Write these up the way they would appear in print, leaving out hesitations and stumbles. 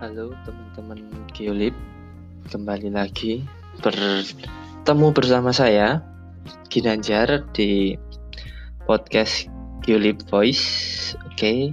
Halo teman-teman Geolib, kembali lagi bertemu bersama saya Ginanjar di podcast Geolib Voice. Oke.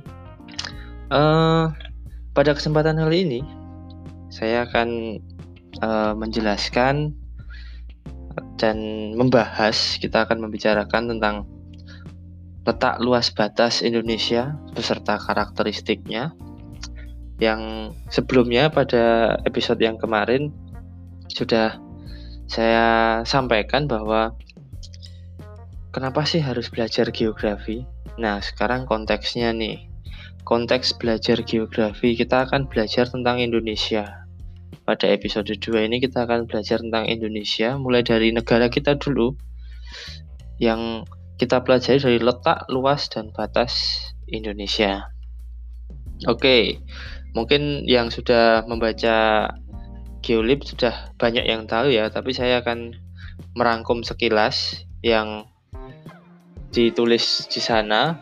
Pada kesempatan kali ini saya akan menjelaskan dan membahas, kita akan membicarakan tentang letak luas batas Indonesia beserta karakteristiknya. Yang sebelumnya pada episode yang kemarin sudah saya sampaikan bahwa kenapa sih harus belajar geografi. Nah, sekarang konteksnya nih. Konteks belajar geografi, kita akan belajar tentang Indonesia. Pada episode 2 ini kita akan belajar tentang Indonesia, mulai dari negara kita dulu, yang kita pelajari dari letak luas dan batas Indonesia. Oke, mungkin yang sudah membaca Geolib sudah banyak yang tahu ya, tapi saya akan merangkum sekilas yang ditulis di sana.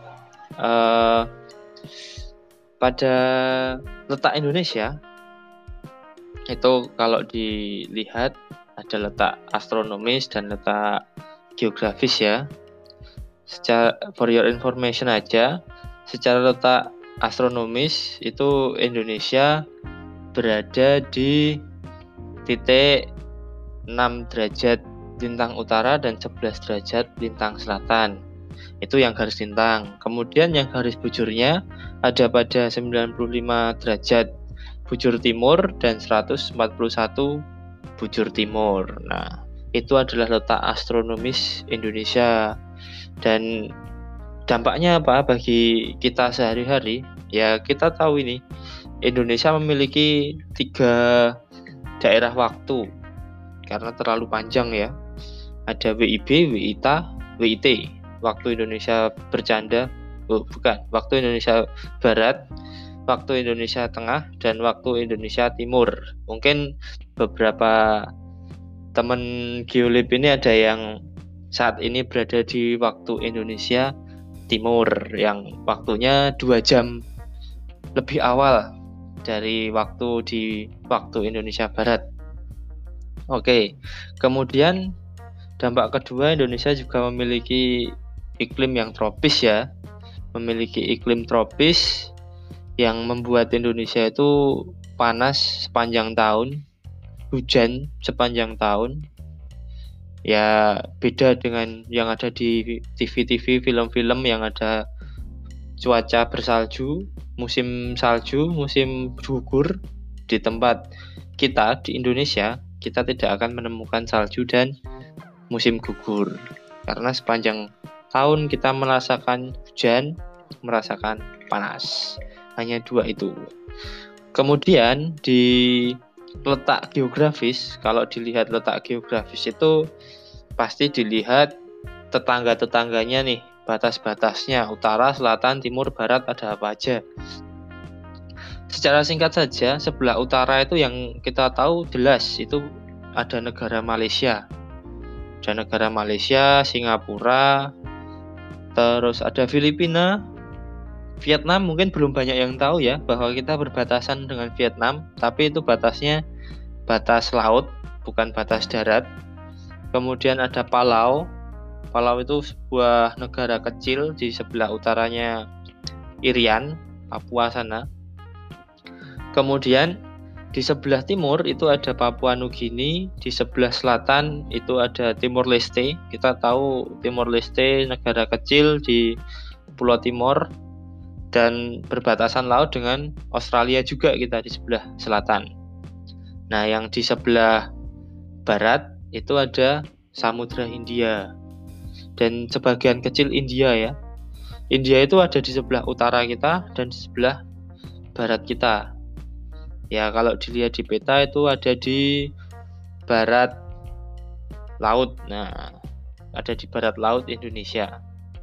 Pada letak Indonesia itu kalau dilihat ada letak astronomis dan letak geografis ya. For your information aja, secara letak astronomis itu Indonesia berada di titik 6 derajat lintang utara dan 11 derajat lintang selatan. Itu yang garis lintang. Kemudian yang garis bujurnya ada pada 95 derajat bujur timur dan 141 bujur timur. Nah, itu adalah letak astronomis Indonesia. Dan dampaknya apa bagi kita sehari-hari? Ya, kita tahu ini Indonesia memiliki 3 daerah waktu karena terlalu panjang ya. Ada WIB, WITA, WIT. Waktu Indonesia bercanda, waktu Indonesia Barat, waktu Indonesia Tengah, dan waktu Indonesia Timur. Mungkin beberapa teman Geolib ini ada yang saat ini berada di waktu Indonesia Timur yang waktunya 2 jam lebih awal dari waktu di waktu Indonesia Barat. Oke, kemudian dampak kedua, Indonesia juga memiliki iklim yang tropis ya. Memiliki iklim tropis yang membuat Indonesia itu panas sepanjang tahun, hujan sepanjang tahun. Ya beda dengan yang ada di TV-TV, film-film yang ada cuaca bersalju, musim salju, musim gugur. Di tempat kita di Indonesia, kita tidak akan menemukan salju dan musim gugur karena sepanjang tahun kita merasakan hujan, merasakan panas. Hanya 2 itu. Kemudian di letak geografis, kalau dilihat letak geografis itu pasti dilihat tetangga-tetangganya nih, batas-batasnya, utara, selatan, timur, barat, ada apa aja. Secara singkat saja, sebelah utara itu yang kita tahu jelas itu ada negara Malaysia. Ada negara Malaysia, Singapura, terus ada Filipina, Vietnam. Mungkin belum banyak yang tahu ya bahwa kita berbatasan dengan Vietnam, tapi itu batasnya batas laut, bukan batas darat. Kemudian ada Palau. Palau itu sebuah negara kecil di sebelah utaranya Irian, Papua sana. Kemudian di sebelah timur itu ada Papua Nugini, di sebelah selatan itu ada Timor Leste. Kita tahu Timor Leste negara kecil di Pulau Timor dan berbatasan laut dengan Australia juga kita di sebelah selatan. Nah, yang di sebelah barat itu ada Samudra Hindia dan sebagian kecil India ya. India itu ada di sebelah utara kita dan di sebelah barat kita. Ya, kalau dilihat di peta itu ada di barat laut. Nah, ada di barat laut Indonesia.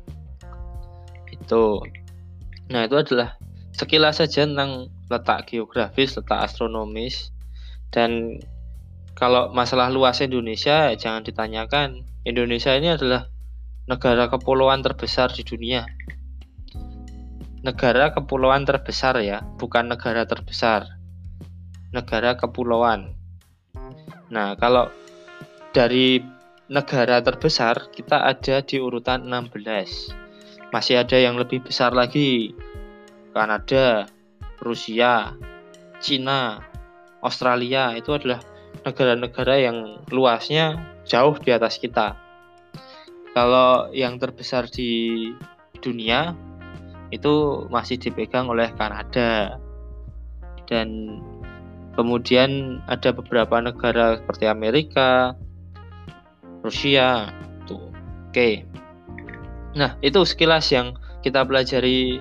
Itu. Nah, itu adalah sekilas saja tentang letak geografis, letak astronomis. Dan kalau masalah luas Indonesia, jangan ditanyakan. Indonesia ini adalah negara kepulauan terbesar di dunia. Negara kepulauan terbesar ya, bukan negara terbesar. negara kepulauan. Nah, kalau dari negara terbesar kita ada di urutan 16. Masih ada yang lebih besar lagi. Kanada, Rusia, Cina, Australia, itu adalah negara-negara yang luasnya jauh di atas kita. Kalau yang terbesar di dunia itu masih dipegang oleh Kanada. Dan kemudian ada beberapa negara seperti Amerika, Rusia. Tuh. Oke. Nah, itu sekilas yang kita pelajari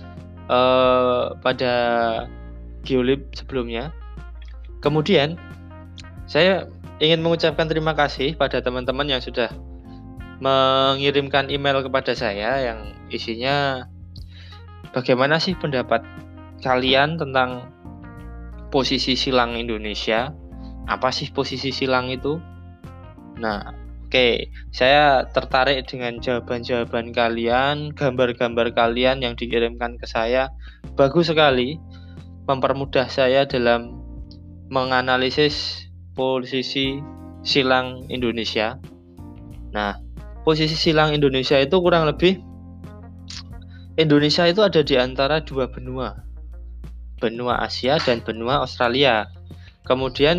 pada GeoLib sebelumnya. Kemudian saya ingin mengucapkan terima kasih pada teman-teman yang sudah mengirimkan email kepada saya yang isinya bagaimana sih pendapat kalian tentang posisi silang Indonesia? Apa sih posisi silang itu? Nah, oke, saya tertarik dengan jawaban-jawaban kalian, gambar-gambar kalian yang dikirimkan ke saya. Bagus sekali, mempermudah saya dalam menganalisis posisi silang Indonesia. Nah, posisi silang Indonesia itu kurang lebih, Indonesia itu ada di antara dua benua. Benua Asia dan benua Australia. Kemudian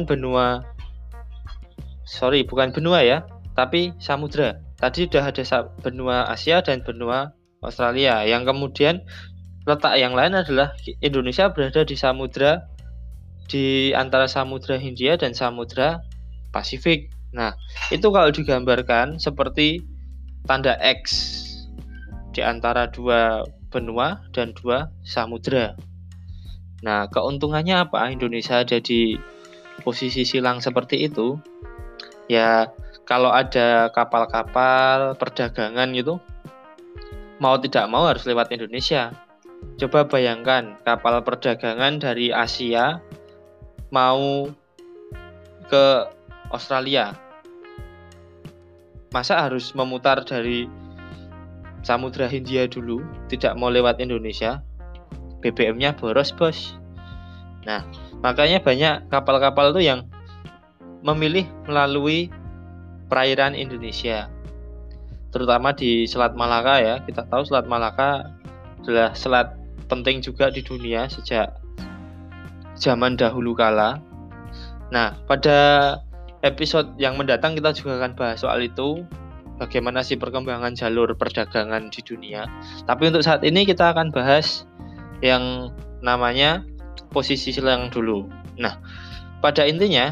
bukan benua ya, tapi samudra. Tadi sudah ada benua Asia dan benua Australia. Yang kemudian letak yang lain adalah Indonesia berada di samudra, di antara samudra Hindia dan samudra Pasifik. Nah, itu kalau digambarkan seperti tanda X di antara dua benua dan dua samudra. Nah, keuntungannya apa Indonesia ada di posisi silang seperti itu? Ya, kalau ada kapal-kapal perdagangan gitu, mau tidak mau harus lewat Indonesia. Coba bayangkan kapal perdagangan dari Asia mau ke Australia. Masa harus memutar dari Samudra Hindia dulu, tidak mau lewat Indonesia? BBM-nya boros, bos. Nah, makanya banyak kapal-kapal itu yang memilih melalui perairan Indonesia, terutama di Selat Malaka ya. Kita tahu Selat Malaka adalah selat penting juga di dunia sejak zaman dahulu kala. Nah, pada episode yang mendatang kita juga akan bahas soal itu, bagaimana sih perkembangan jalur perdagangan di dunia. Tapi untuk saat ini kita akan bahas yang namanya posisi silang dulu. Nah, pada intinya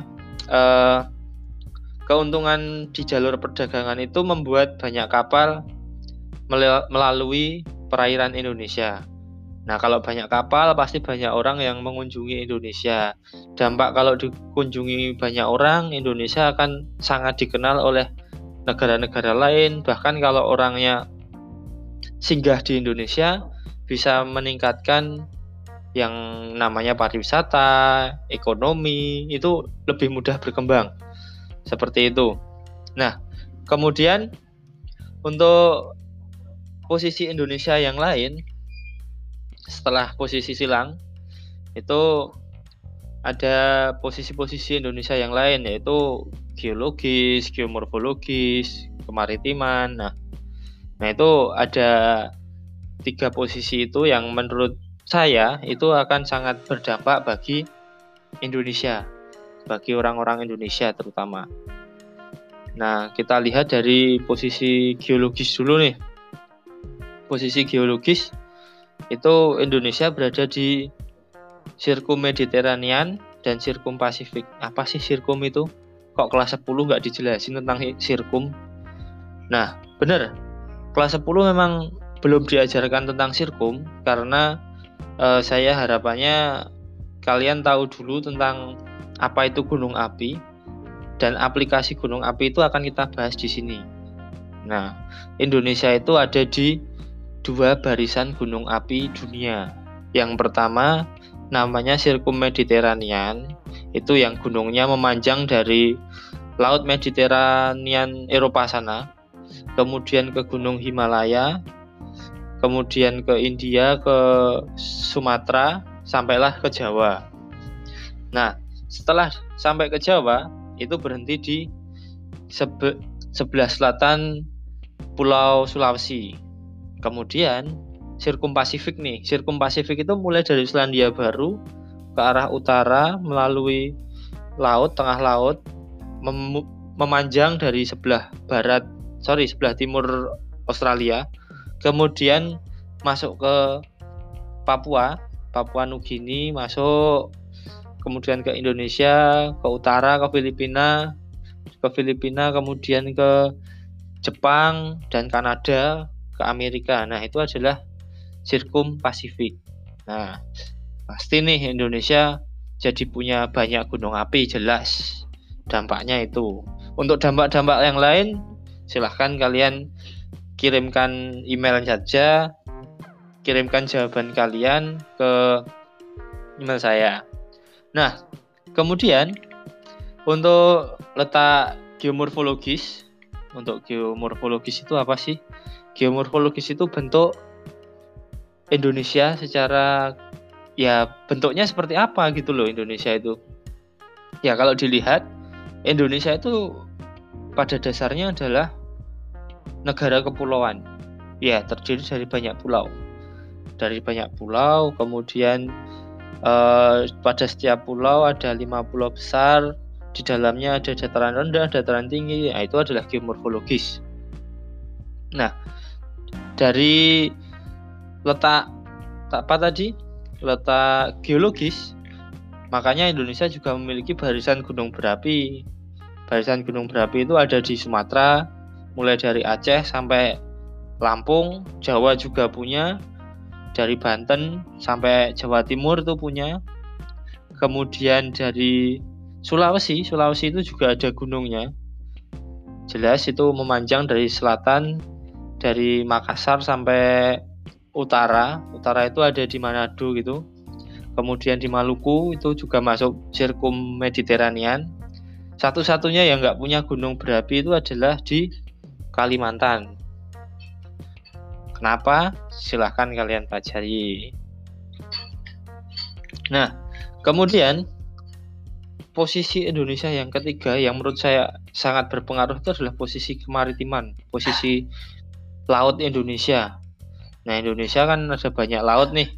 keuntungan di jalur perdagangan itu membuat banyak kapal melalui perairan Indonesia. Nah, kalau banyak kapal pasti banyak orang yang mengunjungi Indonesia. Dampak kalau dikunjungi banyak orang, Indonesia akan sangat dikenal oleh negara-negara lain. Bahkan kalau orangnya singgah di Indonesia, bisa meningkatkan yang namanya pariwisata, ekonomi, itu lebih mudah berkembang. Seperti itu. Nah, kemudian untuk posisi Indonesia yang lain, setelah posisi silang, itu ada posisi-posisi Indonesia yang lain, yaitu geologis, geomorfologis, kemaritiman. Nah, itu ada 3 posisi itu yang menurut saya itu akan sangat berdampak bagi Indonesia, bagi orang-orang Indonesia terutama. Nah, kita lihat dari posisi geologis dulu nih. Posisi geologis itu Indonesia berada di Sirkum Mediterranean dan Sirkum Pasifik. Apa sih Sirkum itu? Kok kelas 10 nggak dijelasin tentang Sirkum? Nah, benar. Kelas 10 memang belum diajarkan tentang Sirkum, karena saya harapannya kalian tahu dulu tentang apa itu gunung api, dan aplikasi gunung api itu akan kita bahas di sini. Nah, Indonesia itu ada di 2 barisan gunung api dunia. Yang pertama namanya Sirkum Mediterranean, itu yang gunungnya memanjang dari Laut Mediterranean Eropa sana, kemudian ke Gunung Himalaya, kemudian ke India, ke Sumatera, sampailah ke Jawa. Nah, setelah sampai ke Jawa itu berhenti di sebelah selatan Pulau Sulawesi. Kemudian Sirkum Pasifik nih. Sirkum Pasifik itu mulai dari Selandia Baru ke arah utara melalui laut, tengah laut, memanjang dari sebelah timur Australia, kemudian masuk ke Papua Nugini, masuk kemudian ke Indonesia, ke utara ke Filipina, kemudian ke Jepang dan Kanada, ke Amerika. Nah, itu adalah Sirkum Pasifik. Nah, pasti nih Indonesia jadi punya banyak gunung api, jelas dampaknya itu. Untuk dampak-dampak yang lain, silahkan kalian kirimkan email saja, kirimkan jawaban kalian ke email saya. Nah, kemudian untuk letak geomorfologis, itu apa sih? Geomorfologis itu bentuk Indonesia secara, ya bentuknya seperti apa gitu loh Indonesia itu. Ya kalau dilihat, Indonesia itu pada dasarnya adalah negara kepulauan. Ya, terdiri dari banyak pulau. Kemudian pada setiap pulau ada 5 pulau besar. Di dalamnya ada dataran rendah, dataran tinggi. Nah, itu adalah geomorfologis. Nah, dari letak geologis, makanya Indonesia juga memiliki barisan gunung berapi. Barisan gunung berapi itu ada di Sumatera, mulai dari Aceh sampai Lampung. Jawa juga punya, dari Banten sampai Jawa Timur itu punya. Kemudian dari Sulawesi itu juga ada gunungnya. Jelas itu memanjang dari selatan, dari Makassar sampai utara itu ada di Manado gitu. Kemudian di Maluku itu juga masuk Sirkum Mediterranean. Satu-satunya yang nggak punya gunung berapi itu adalah di Kalimantan. Kenapa? Silahkan kalian pelajari. Nah, kemudian posisi Indonesia yang ketiga yang menurut saya sangat berpengaruh itu adalah posisi kemaritiman, posisi laut Indonesia. Nah, Indonesia kan ada banyak laut nih.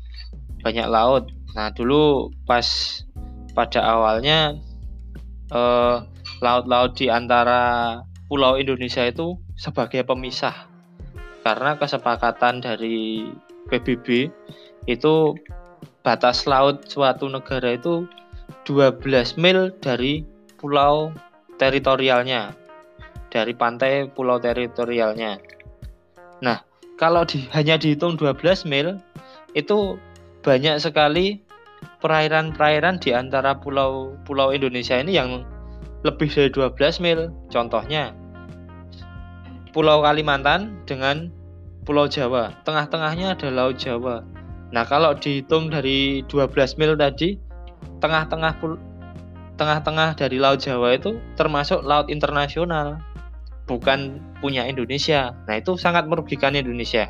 Nah, dulu pada awalnya laut-laut di antara pulau Indonesia itu sebagai pemisah. Karena kesepakatan dari PBB itu batas laut suatu negara itu 12 mil dari pulau teritorialnya, dari pantai pulau teritorialnya. Nah, kalau hanya dihitung 12 mil, itu banyak sekali perairan-perairan di antara pulau Indonesia ini yang lebih dari 12 mil. Contohnya, Pulau Kalimantan dengan Pulau Jawa. Tengah-tengahnya ada Laut Jawa. Nah, kalau dihitung dari 12 mil tadi, tengah-tengah dari Laut Jawa itu termasuk laut internasional, bukan punya Indonesia. Nah, itu sangat merugikan Indonesia.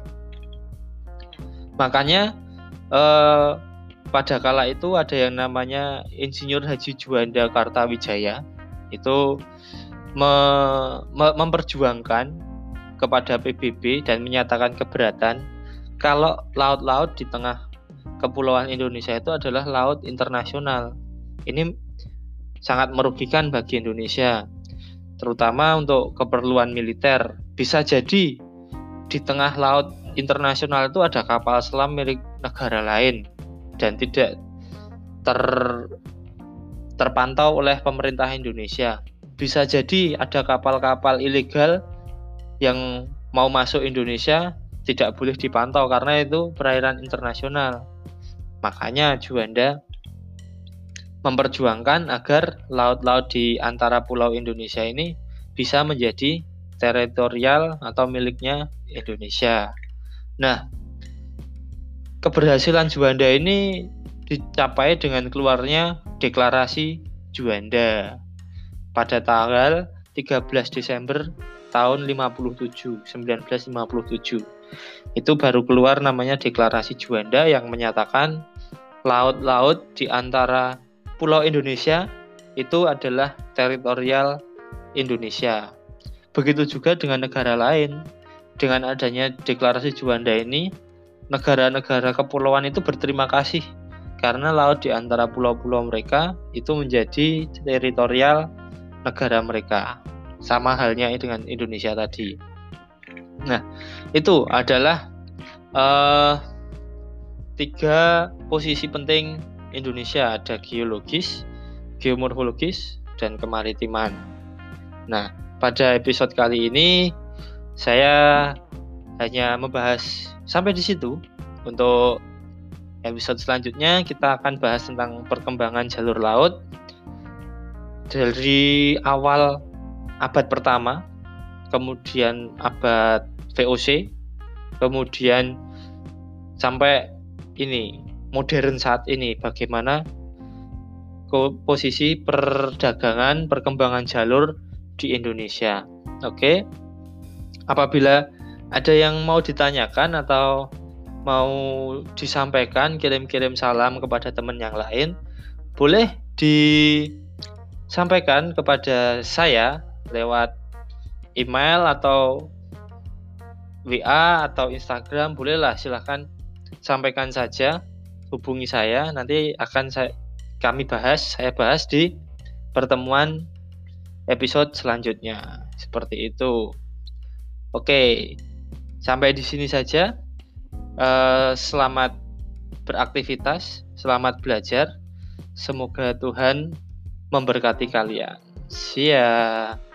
Makanya pada kala itu ada yang namanya Insinyur Haji Juanda Kartawijaya, itu memperjuangkan kepada PBB dan menyatakan keberatan kalau laut-laut di tengah kepulauan Indonesia itu adalah laut internasional. Ini sangat merugikan bagi Indonesia, terutama untuk keperluan militer. Bisa jadi di tengah laut internasional itu ada kapal selam milik negara lain dan tidak terpantau oleh pemerintah Indonesia. Bisa jadi ada kapal-kapal ilegal yang mau masuk Indonesia tidak boleh dipantau karena itu perairan internasional. Makanya Juanda memperjuangkan agar laut-laut di antara pulau Indonesia ini bisa menjadi teritorial atau miliknya Indonesia. Nah, keberhasilan Juanda ini dicapai dengan keluarnya Deklarasi Juanda pada tanggal 13 Desember tahun 1957. Itu baru keluar namanya Deklarasi Juanda yang menyatakan laut-laut di antara Pulau Indonesia itu adalah teritorial Indonesia. Begitu juga dengan negara lain. Dengan adanya deklarasi Juanda ini, negara-negara kepulauan itu berterima kasih karena laut di antara pulau-pulau mereka itu menjadi teritorial negara mereka. Sama halnya dengan Indonesia tadi. Nah, itu adalah 3 posisi penting Indonesia. Ada geologis, geomorfologis, dan kemaritiman. Nah, pada episode kali ini saya hanya membahas sampai di situ. Untuk episode selanjutnya kita akan bahas tentang perkembangan jalur laut dari awal abad pertama, kemudian abad VOC, kemudian sampai ini modern saat ini, bagaimana posisi perdagangan, perkembangan jalur di Indonesia. Oke. Apabila ada yang mau ditanyakan atau mau disampaikan, kirim-kirim salam kepada teman yang lain, boleh disampaikan kepada saya lewat email atau WA atau Instagram. Bolehlah, silahkan sampaikan saja, hubungi saya, nanti akan saya bahas di pertemuan episode selanjutnya. Seperti itu. Oke, sampai di sini saja. Selamat beraktivitas, selamat belajar. Semoga Tuhan memberkati kalian. See ya.